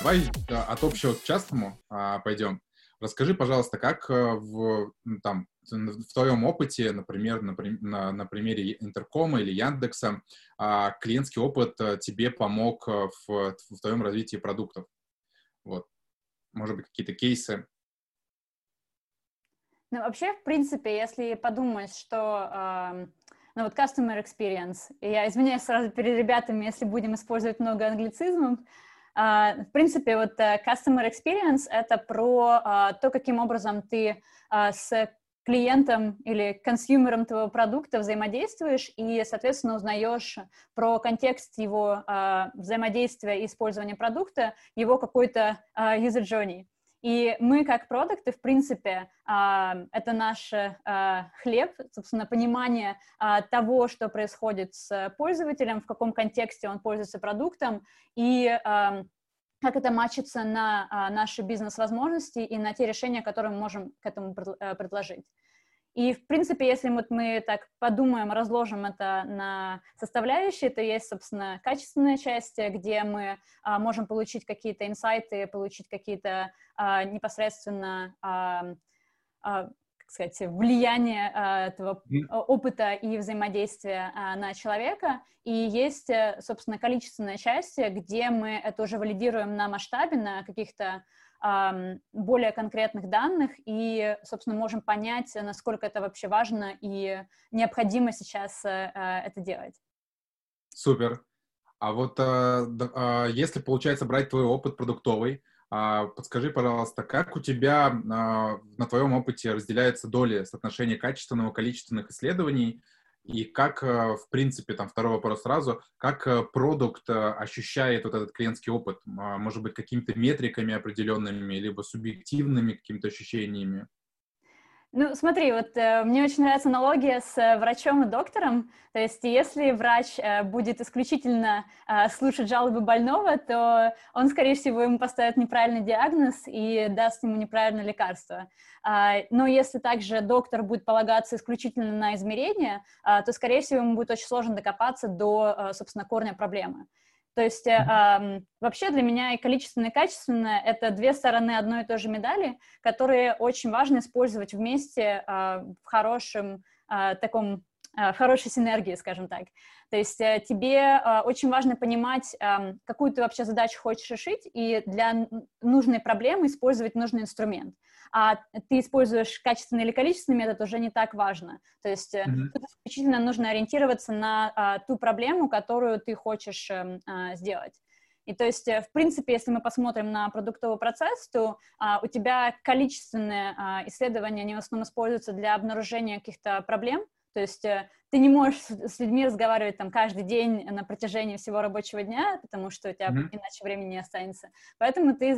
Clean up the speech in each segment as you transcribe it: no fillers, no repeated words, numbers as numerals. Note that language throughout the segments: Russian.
Давай от общего к частному пойдем. Расскажи, пожалуйста, как в твоем опыте, например, на примере Интеркома или Яндекса, клиентский опыт тебе помог в твоем развитии продуктов? Вот. Может быть, какие-то кейсы? Ну, вообще, в принципе, если подумать, что, ну, вот customer experience, и я извиняюсь сразу перед ребятами, если будем использовать много англицизмов, в принципе, вот customer experience — это про то, каким образом ты с клиентом или консюмером твоего продукта взаимодействуешь и, соответственно, узнаешь про контекст его взаимодействия и использования продукта, его какой-то user journey. И мы, как продукты, в принципе, это наш хлеб, собственно, понимание того, что происходит с пользователем, в каком контексте он пользуется продуктом, и как это матчится на наши бизнес-возможности и на те решения, которые мы можем к этому предложить. И, в принципе, если вот мы так подумаем, разложим это на составляющие, то есть, собственно, качественная часть, где мы можем получить какие-то инсайты, получить какие-то непосредственно, как сказать, влияние этого опыта и взаимодействия на человека. И есть, собственно, количественная часть, где мы это уже валидируем на масштабе, на каких-то более конкретных данных и, собственно, можем понять, насколько это вообще важно и необходимо сейчас это делать. Супер. А вот если, получается, брать твой опыт продуктовый, подскажи, пожалуйста, как у тебя на твоем опыте разделяются доли соотношения качественного, количественных исследований, и как, в принципе, второй вопрос сразу, как продукт ощущает вот этот клиентский опыт? Может быть, какими-то метриками определенными, либо субъективными какими-то ощущениями? Ну, смотри, вот мне очень нравится аналогия с врачом и доктором. То есть, если врач будет исключительно слушать жалобы больного, то он, скорее всего, ему поставит неправильный диагноз и даст ему неправильное лекарство. Но если также доктор будет полагаться исключительно на измерения, то, скорее всего, ему будет очень сложно докопаться до, собственно, корня проблемы. То есть вообще для меня и количественное, и качественное — это две стороны одной и той же медали, которые очень важно использовать вместе в хорошем таком, в хорошей синергии, скажем так. То есть тебе очень важно понимать, какую ты вообще задачу хочешь решить, и для нужной проблемы использовать нужный инструмент. А ты используешь качественный или количественный метод, уже не так важно. То есть тут исключительно нужно ориентироваться на ту проблему, которую ты хочешь сделать. И то есть, в принципе, если мы посмотрим на продуктовый процесс, то у тебя количественные исследования, они в основном используются для обнаружения каких-то проблем. То есть ты не можешь с людьми разговаривать каждый день на протяжении всего рабочего дня, потому что у тебя иначе времени не останется. Поэтому ты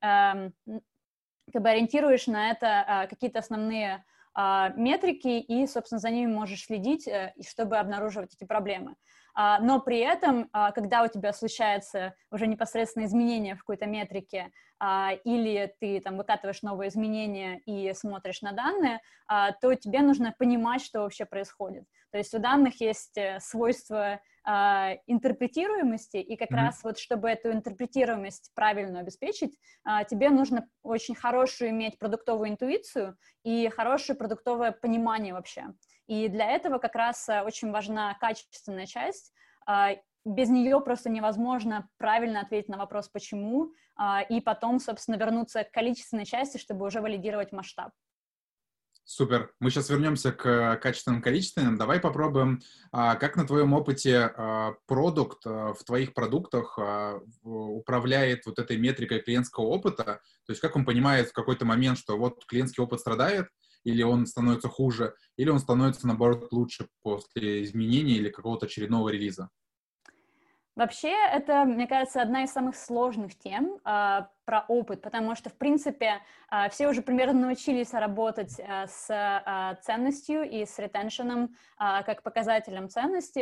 ориентируешь на это какие-то основные метрики и, собственно, за ними можешь следить, чтобы обнаруживать эти проблемы. Но при этом, когда у тебя случается уже непосредственно изменение в какой-то метрике, или ты выкатываешь новые изменения и смотришь на данные, то тебе нужно понимать, что вообще происходит. То есть у данных есть свойства интерпретируемости, и как раз вот чтобы эту интерпретируемость правильно обеспечить, тебе нужно очень хорошую иметь продуктовую интуицию и хорошее продуктовое понимание вообще. И для этого как раз очень важна качественная часть. Без нее просто невозможно правильно ответить на вопрос «почему?», и потом, собственно, вернуться к количественной части, чтобы уже валидировать масштаб. Супер. Мы сейчас вернемся к качественным, количественным. Давай попробуем, как на твоем опыте продукт в твоих продуктах управляет вот этой метрикой клиентского опыта. То есть как он понимает в какой-то момент, что вот клиентский опыт страдает, или он становится хуже, или он становится, наоборот, лучше после изменений или какого-то очередного релиза. Вообще, это, мне кажется, одна из самых сложных тем про опыт, потому что, в принципе, все уже примерно научились работать с ценностью и с ретеншеном как показателем ценности,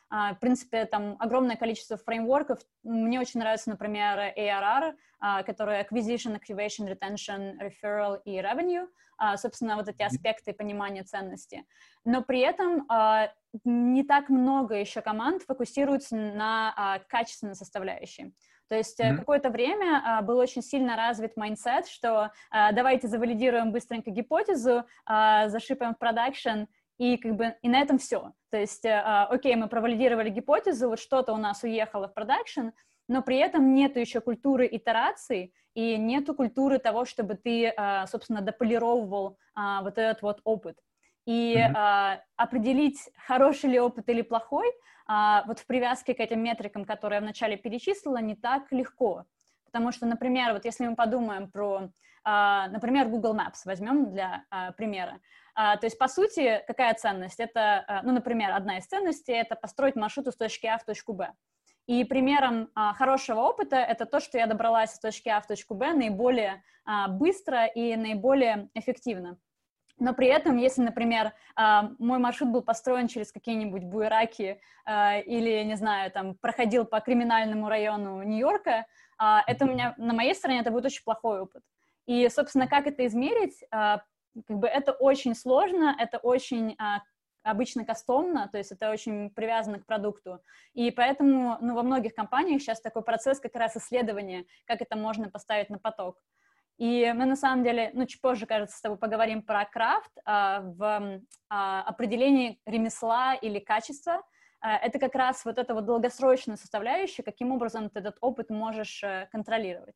В принципе, там огромное количество фреймворков. Мне очень нравится, например, ARR, который Acquisition, Activation, Retention, Referral и Revenue. Собственно, вот эти аспекты понимания ценности. Но при этом не так много еще команд фокусируются на качественной составляющей. То есть какое-то время был очень сильно развит майндсет, что давайте завалидируем быстренько гипотезу, зашипаем в продакшн, и как бы и на этом все. То есть, окей, мы провалидировали гипотезу, вот что-то у нас уехало в продакшн, но при этом нету еще культуры итераций и нету культуры того, чтобы ты, собственно, дополировывал вот этот вот опыт. И определить, хороший ли опыт или плохой, вот в привязке к этим метрикам, которые я вначале перечислила, не так легко. Потому что, например, вот если мы подумаем про, например, Google Maps, возьмем для примера. То есть, по сути, какая ценность? Это, ну, например, одна из ценностей — это построить маршрут из точки А в точку Б. И примером хорошего опыта это то, что я добралась из точки А в точку Б наиболее быстро и наиболее эффективно. Но при этом, если, например, мой маршрут был построен через какие-нибудь буераки или, не знаю, там, проходил по криминальному району Нью-Йорка, это у меня, на моей стороне, это будет очень плохой опыт. И, собственно, как это измерить, как бы это очень сложно, это очень обычно кастомно, то есть это очень привязано к продукту. И поэтому, ну, во многих компаниях сейчас такой процесс как раз исследования, как это можно поставить на поток. И мы, на самом деле, ну, чуть позже, кажется, с тобой поговорим про крафт в определении ремесла или качества. Это как раз вот эта вот долгосрочная составляющая, каким образом ты этот опыт можешь контролировать.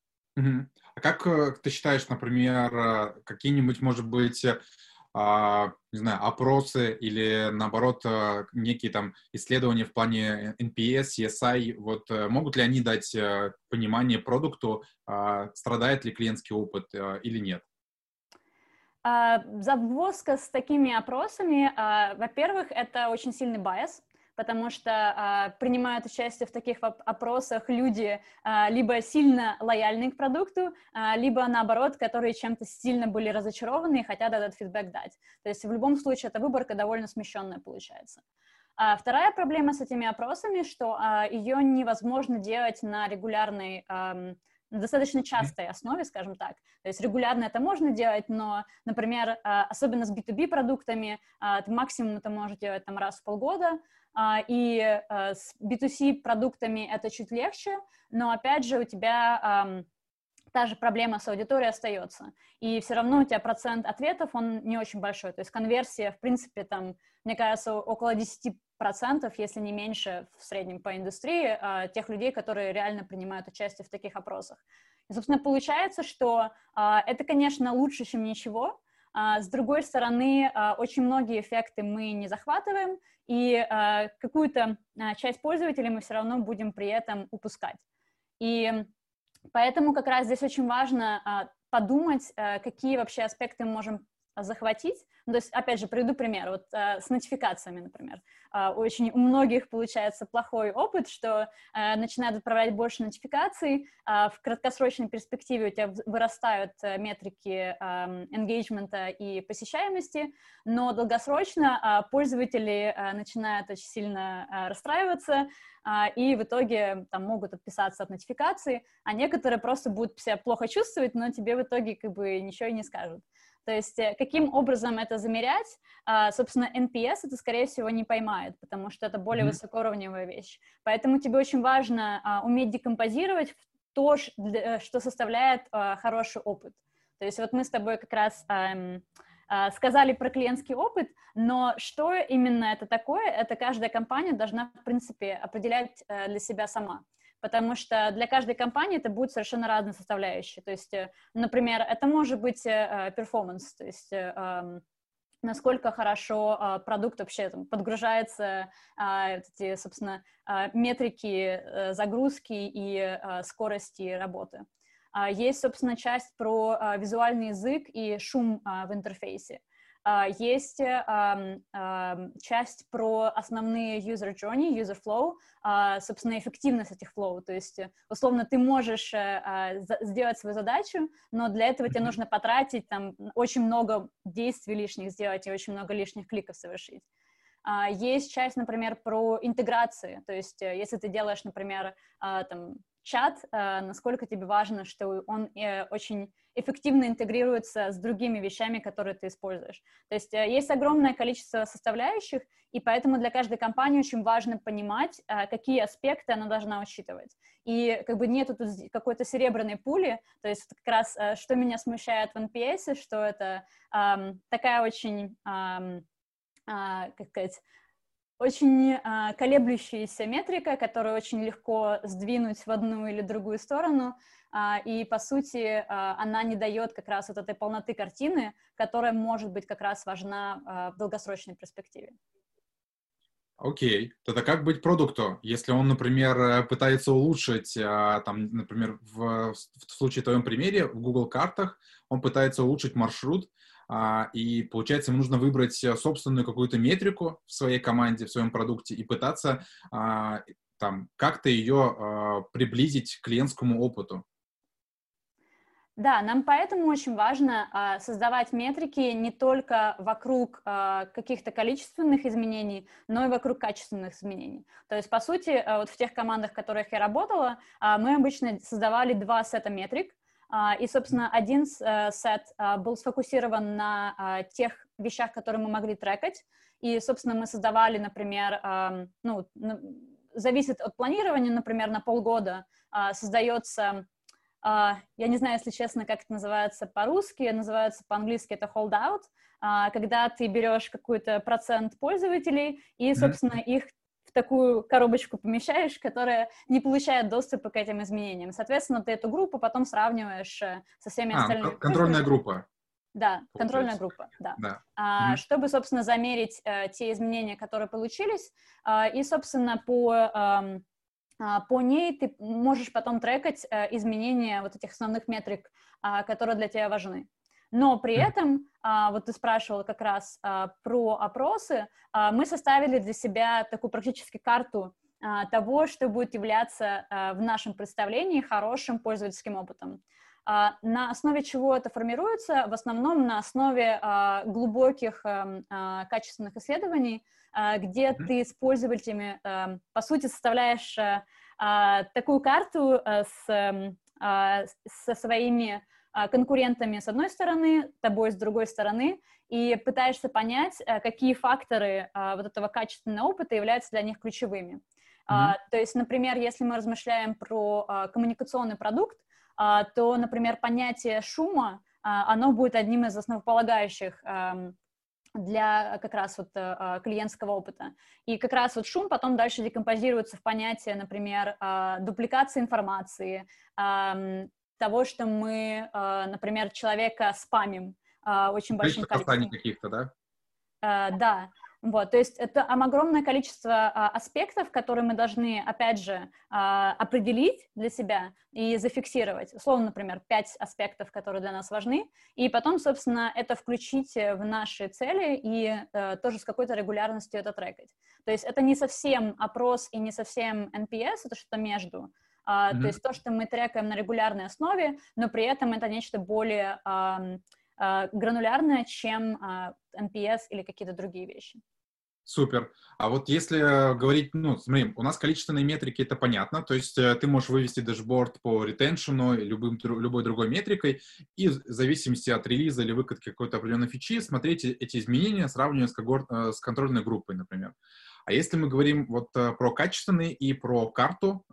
А как ты считаешь, например, какие-нибудь, может быть, не знаю, опросы или, наоборот, некие там исследования в плане NPS, CSI, вот могут ли они дать понимание продукту, страдает ли клиентский опыт или нет? Загвоздка с такими опросами, во-первых, это очень сильный байс, потому что принимают участие в таких опросах люди либо сильно лояльны к продукту, либо, наоборот, которые чем-то сильно были разочарованы и хотят этот фидбэк дать. То есть в любом случае эта выборка довольно смещенная получается. Вторая проблема с этими опросами, что ее невозможно делать на регулярной, на достаточно частой основе, скажем так. То есть регулярно это можно делать, но, например, особенно с B2B продуктами, максимум это можешь делать там раз в полгода, и с B2C продуктами это чуть легче, но, опять же, у тебя та же проблема с аудиторией остается. И все равно у тебя процент ответов, он не очень большой. То есть конверсия, в принципе, там, мне кажется, около 10%, если не меньше в среднем по индустрии, тех людей, которые реально принимают участие в таких опросах. И, собственно, получается, что это, конечно, лучше, чем ничего. С другой стороны, очень многие эффекты мы не захватываем, и какую-то часть пользователей мы все равно будем при этом упускать. И поэтому как раз здесь очень важно подумать, какие вообще аспекты мы можем захватить. Ну, то есть, опять же, приведу пример. Вот с нотификациями, например. Очень у многих получается плохой опыт, что начинают отправлять больше нотификаций, в краткосрочной перспективе у тебя вырастают метрики engagement и посещаемости, но долгосрочно пользователи начинают очень сильно расстраиваться, и в итоге там могут отписаться от нотификации, а некоторые просто будут себя плохо чувствовать, но тебе в итоге как бы ничего и не скажут. То есть каким образом это замерять? Собственно, NPS это, скорее всего, не поймает, потому что это более высокоуровневая вещь. Поэтому тебе очень важно уметь декомпозировать то, что составляет хороший опыт. То есть вот мы с тобой как раз сказали про клиентский опыт, но что именно это такое, это каждая компания должна, в принципе, определять для себя сама. Потому что для каждой компании это будет совершенно разные составляющие. То есть, например, это может быть перформанс, то есть насколько хорошо продукт вообще там, подгружается, эти, собственно, метрики загрузки и скорости работы. Есть, собственно, часть про визуальный язык и шум в интерфейсе. Есть часть про основные user journey, user flow, собственно, эффективность этих flow. То есть, условно, ты можешь сделать свою задачу, но для этого тебе нужно потратить там очень много действий лишних сделать и очень много лишних кликов совершить. Есть часть, например, про интеграции, то есть если ты делаешь, например, там, чат, насколько тебе важно, что он очень эффективно интегрируется с другими вещами, которые ты используешь. То есть есть огромное количество составляющих, и поэтому для каждой компании очень важно понимать, какие аспекты она должна учитывать. И как бы нету тут какой-то серебряной пули, то есть как раз что меня смущает в NPS, что это такая очень, как сказать, очень колеблющаяся метрика, которую очень легко сдвинуть в одну или другую сторону, и, по сути, она не дает как раз вот этой полноты картины, которая может быть как раз важна в долгосрочной перспективе. Окей. Тогда как быть продукту, если он, например, пытается улучшить, там, например, в случае в твоем примере, в Google картах он пытается улучшить маршрут, и, получается, ему нужно выбрать собственную какую-то метрику в своей команде, в своем продукте и пытаться там как-то ее приблизить к клиентскому опыту. Да, нам поэтому очень важно создавать метрики не только вокруг каких-то количественных изменений, но и вокруг качественных изменений. То есть, по сути, вот в тех командах, в которых я работала, мы обычно создавали 2 сета метрик, и, собственно, один сет был сфокусирован на тех вещах, которые мы могли трекать, и, собственно, мы создавали, например, ну, зависит от планирования, например, на полгода создается... Я не знаю, если честно, как это называется по-русски, называется по-английски это holdout, когда ты берешь какой-то процент пользователей и, собственно, их в такую коробочку помещаешь, которая не получает доступа к этим изменениям. Соответственно, ты эту группу потом сравниваешь со всеми остальными Контрольная пользователями. группа. Да, контрольная Получается. группа, да. Да. Чтобы, собственно, замерить те изменения, которые получились, и, собственно, по ней ты можешь потом трекать изменения вот этих основных метрик, которые для тебя важны. Но при этом, вот ты спрашивал как раз про опросы, мы составили для себя такую практически карту того, что будет являться в нашем представлении хорошим пользовательским опытом. На основе чего это формируется? В основном на основе глубоких качественных исследований, где ты с пользователями, по сути, составляешь такую карту со своими конкурентами с одной стороны, тобой с другой стороны, и пытаешься понять, какие факторы вот этого качественного опыта являются для них ключевыми. То есть, например, если мы размышляем про коммуникационный продукт, то, например, понятие шума, оно будет одним из основополагающих для как раз вот клиентского опыта. И как раз вот шум потом дальше декомпозируется в понятие, например, дупликации информации, того, что мы, например, человека спамим очень большим количеством. Каких-то, да? Да. Вот, то есть это огромное количество аспектов, которые мы должны, опять же, определить для себя и зафиксировать. Условно, например, 5 аспектов, которые для нас важны, и потом, собственно, это включить в наши цели и тоже с какой-то регулярностью это трекать. То есть это не совсем опрос и не совсем NPS, это что-то между. То есть то, что мы трекаем на регулярной основе, но при этом это нечто более гранулярное, чем NPS или какие-то другие вещи. Супер. А вот если говорить, ну, смотри, у нас количественные метрики, это понятно, то есть ты можешь вывести дэшборд по ретеншену, любой другой метрикой, и в зависимости от релиза или выкатки какой-то определенной фичи смотреть эти изменения, сравнивая с контрольной группой, например. А если мы говорим вот про качественные и про карту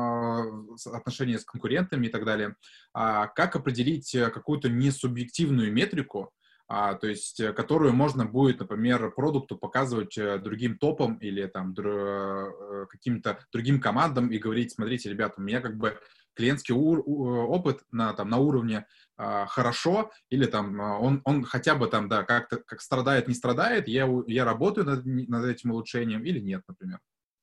отношения с конкурентами и так далее, как определить какую-то несубъективную метрику, то есть, которую можно будет, например, продукту показывать другим топам или там каким-то другим командам и говорить: смотрите, ребята, у меня как бы клиентский опыт на уровне хорошо, или там он хотя бы там, да, как-то как страдает, не страдает, я работаю над этим улучшением или нет, например.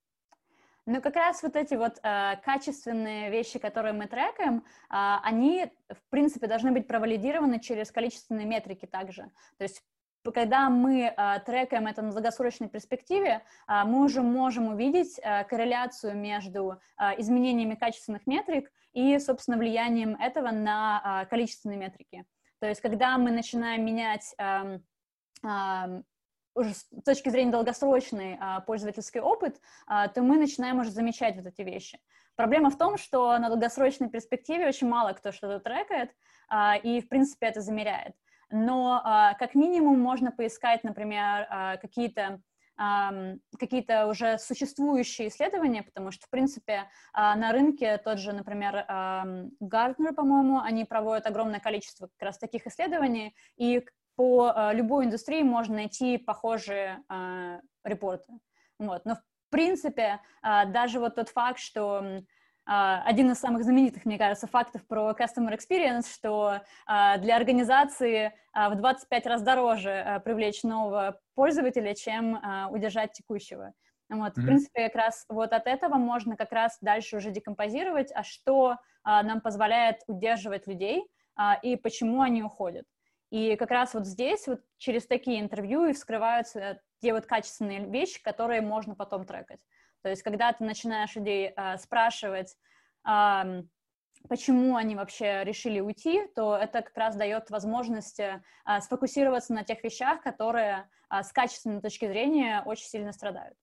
Ну, как раз вот эти вот качественные вещи, которые мы трекаем, они, в принципе, должны быть провалидированы через количественные метрики также. То есть, когда мы трекаем это на долгосрочной перспективе, мы уже можем увидеть корреляцию между изменениями качественных метрик и, собственно, влиянием этого на количественные метрики. То есть, когда мы начинаем менять уже с точки зрения долгосрочный пользовательский опыт, то мы начинаем уже замечать вот эти вещи. Проблема в том, что на долгосрочной перспективе очень мало кто что-то трекает и, в принципе, это замеряет. Но как минимум можно поискать, например, какие-то уже существующие исследования, потому что, в принципе, на рынке тот же, например, Gartner, по-моему, они проводят огромное количество как раз таких исследований, и по любой индустрии можно найти похожие репорты. Вот. Но, в принципе, даже вот тот факт, что один из самых знаменитых, мне кажется, фактов про Customer Experience, что для организации в 25 раз дороже привлечь нового пользователя, чем удержать текущего. Вот, в принципе, как раз вот от этого можно как раз дальше уже декомпозировать, что нам позволяет удерживать людей и почему они уходят. И как раз вот здесь вот через такие интервью и вскрываются те вот качественные вещи, которые можно потом трекать. То есть, когда ты начинаешь людей спрашивать, почему они вообще решили уйти, то это как раз дает возможность сфокусироваться на тех вещах, которые с качественной точки зрения очень сильно страдают.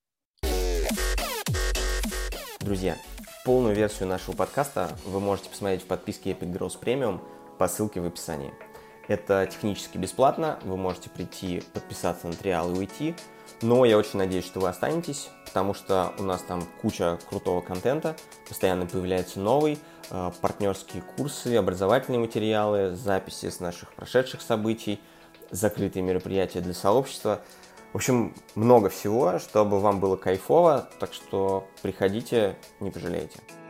Друзья, полную версию нашего подкаста вы можете посмотреть в подписке Epic Growth Premium по ссылке в описании. Это технически бесплатно, вы можете прийти, подписаться на триал и уйти, но я очень надеюсь, что вы останетесь, потому что у нас там куча крутого контента, постоянно появляется новый, партнерские курсы, образовательные материалы, записи с наших прошедших событий, закрытые мероприятия для сообщества. В общем, много всего, чтобы вам было кайфово, так что приходите, не пожалеете.